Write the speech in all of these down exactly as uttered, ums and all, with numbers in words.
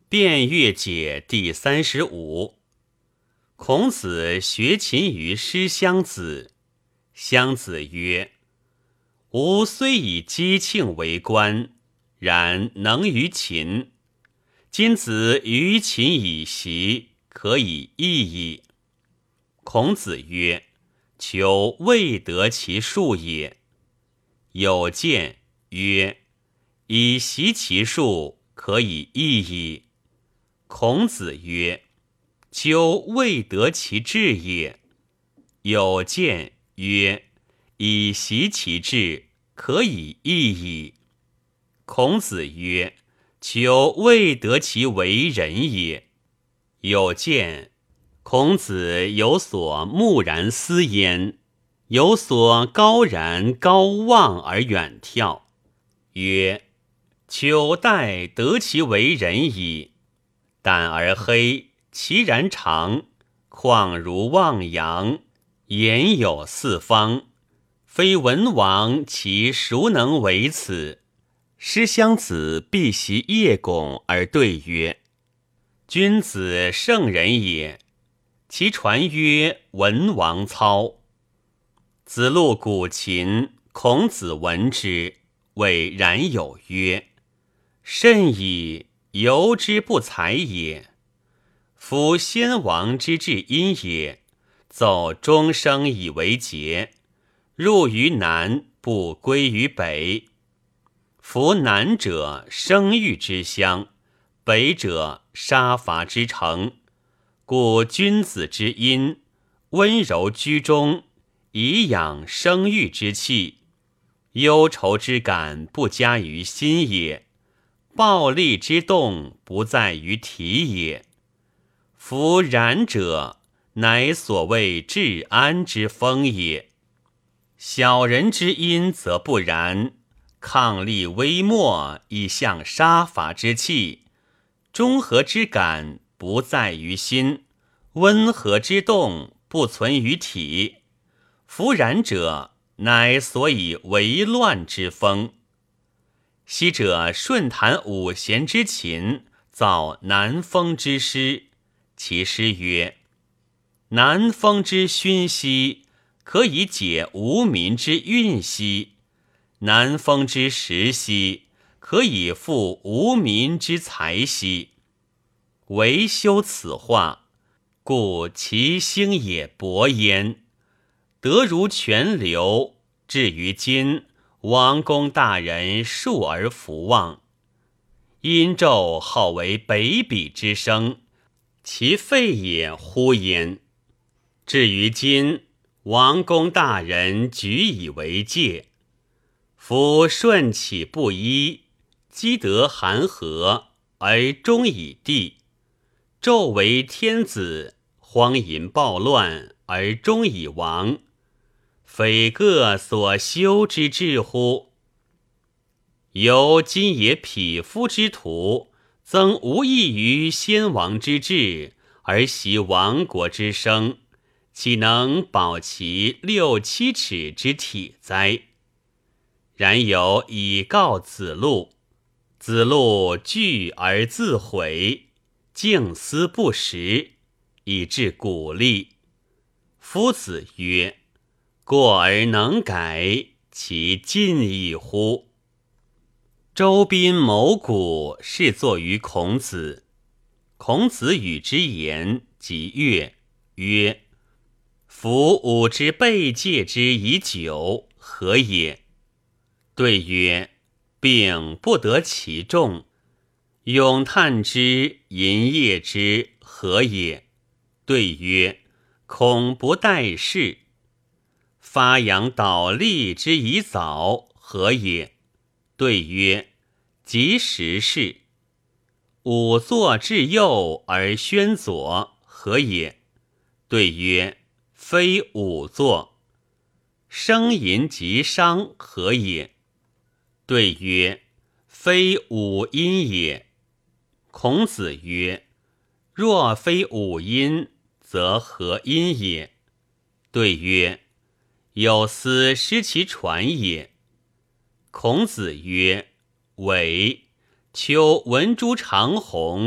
辩乐解第三十五。孔子学琴于师襄子。襄子曰：吾虽以姬庆为官，然能于琴。今子于琴以习，可以易矣。孔子曰：求未得其术也。有见曰：以习其术，可以易矣。孔子曰：究未得其志也。有见曰：以习其志，可以易矣。孔子曰：求未得其为人也。有见孔子有所木然思焉，有所高然高望而远眺，曰：求待得其为人矣。胆而黑，其然长，况如望洋，言有四方，非文王其孰能为此？师襄子必习叶拱而对曰：君子圣人也。其传曰文王操。子路鼓琴，孔子闻之，谓冉有曰：甚矣，由之不才也。夫先王之至音也，奏终生以为节，入于南，不归于北。夫南者，生育之乡；北者，杀伐之城。故君子之音，温柔居中，以养生育之气。忧愁之感不加于心也，暴戾之动不在于体也。夫然者，乃所谓治安之风也。小人之音则不然，抗力微末，以向杀伐之气。中和之感不在于心，温和之动不存于体。夫然者，乃所以为乱之风。昔者舜弹五弦之琴，造南风之诗。其诗曰：南风之熏兮，可以解无民之运兮；南风之时兮，可以复无民之财兮。惟修此化，故其兴也勃焉。德如泉流，至于今，王公大人述而弗忘。殷纣号为北鄙之声，其废也乎焉。至于今，王公大人举以为戒。夫舜起不一，积德含和，而终以地；纣为天子，荒淫暴乱，而终以亡。非各所修之至乎？由今也匹夫之徒，曾无异于先王之志，而习亡国之生，岂能保其六七尺之体哉？然有以告子路，子路惧而自毁，静思不食，以致鼓励。夫子曰：过而能改，其进矣乎？周宾谋鼓，是作于孔子。孔子与之言，即悦，曰：夫吾之备戒之以久，何也？对曰：并不得其众。咏叹之，吟咽之，何也？对曰：恐不待事。发扬导励之以早，何也？对曰：及时事。吾作至右而宣左，何也？对曰：非吾作。声淫及伤，何也？对曰：非吾音也。孔子曰：若非吾音，则何音也？对曰：有司失其传也。孔子曰：伪。秋闻诸长虹，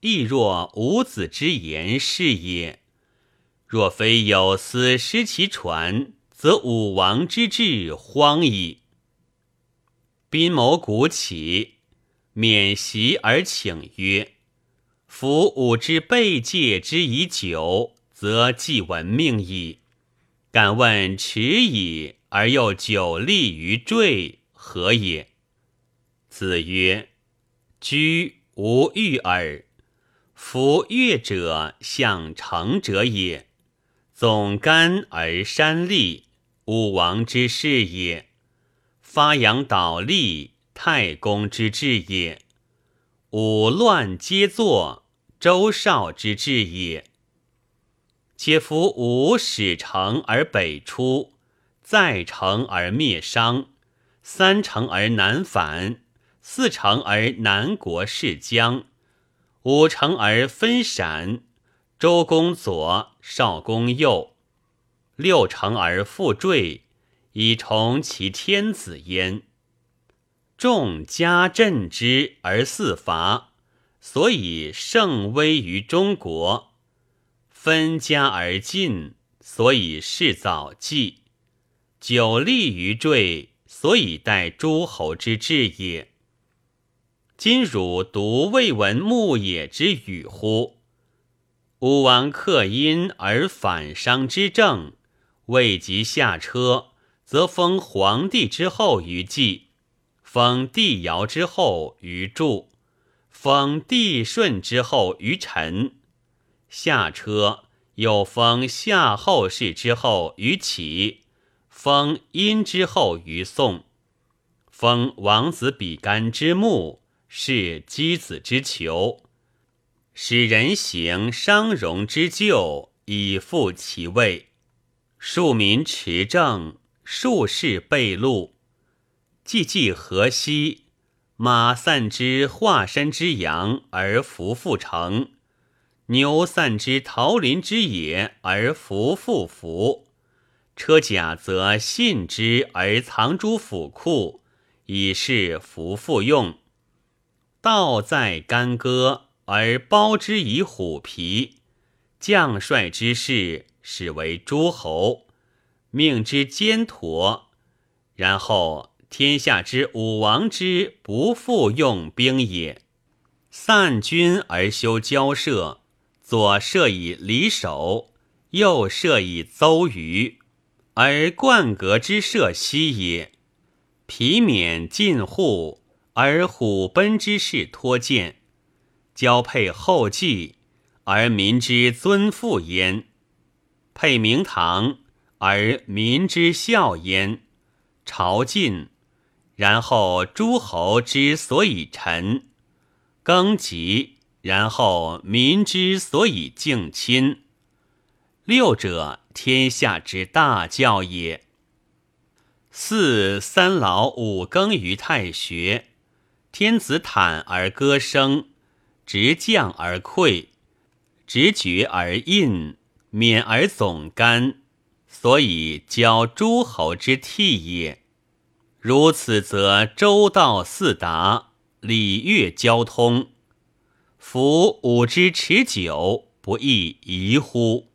亦若五子之言是也。若非有司失其传，则武王之志荒矣。宾谋鼓起，免席而请曰：夫吾之备戒之已久，则既闻命矣。敢问迟矣，而又久立于坠，何也？子曰：居无欲耳。夫乐者，象成者也。总干而山立，武王之事也；发扬导立，太公之治也；武乱皆作，周少之治也。且夫武始成而北出，再成而灭商，三成而南反，四成而南国是疆，五成而分陕，周公左，少公右，六成而复坠，以重其天子焉。众加镇之而四伐，所以盛威于中国；分家而进，所以事早继；久立于坠，所以待诸侯之治也。今汝独未闻牧野之语乎？武王克殷而反商之政，未及下车，则封皇帝之后于季，封帝尧之后于祝，封帝舜之后于陈。下车又封夏后氏之后于启，封殷之后于宋，封王子比干之墓，是箕子之囚，使人行商容之旧，以复其位。庶民持政，庶士备禄。既济河西，马散之华山之阳而弗复城，牛散之桃林之野而弗复服。车甲则信之而藏诸府库，以示弗复用。道在干戈，而包之以虎皮。将帅之事，使为诸侯，命之坚妥。然后天下之武王之不复用兵也。散军而修交涉，左设以离守，右设以邹瑜，而冠革之社羲也。皮免进户，而虎贲之士托荐，交配后继，而民之尊父焉；配明堂，而民之孝焉。朝晋，然后诸侯之所以臣；更吉，然后民之所以敬亲。六者，天下之大教也。四三老五更于太学，天子坦而歌声，执将而溃，执爵而印，免而总干，所以教诸侯之替也。如此则周道四达，礼乐交通。夫武之持久，不亦宜乎？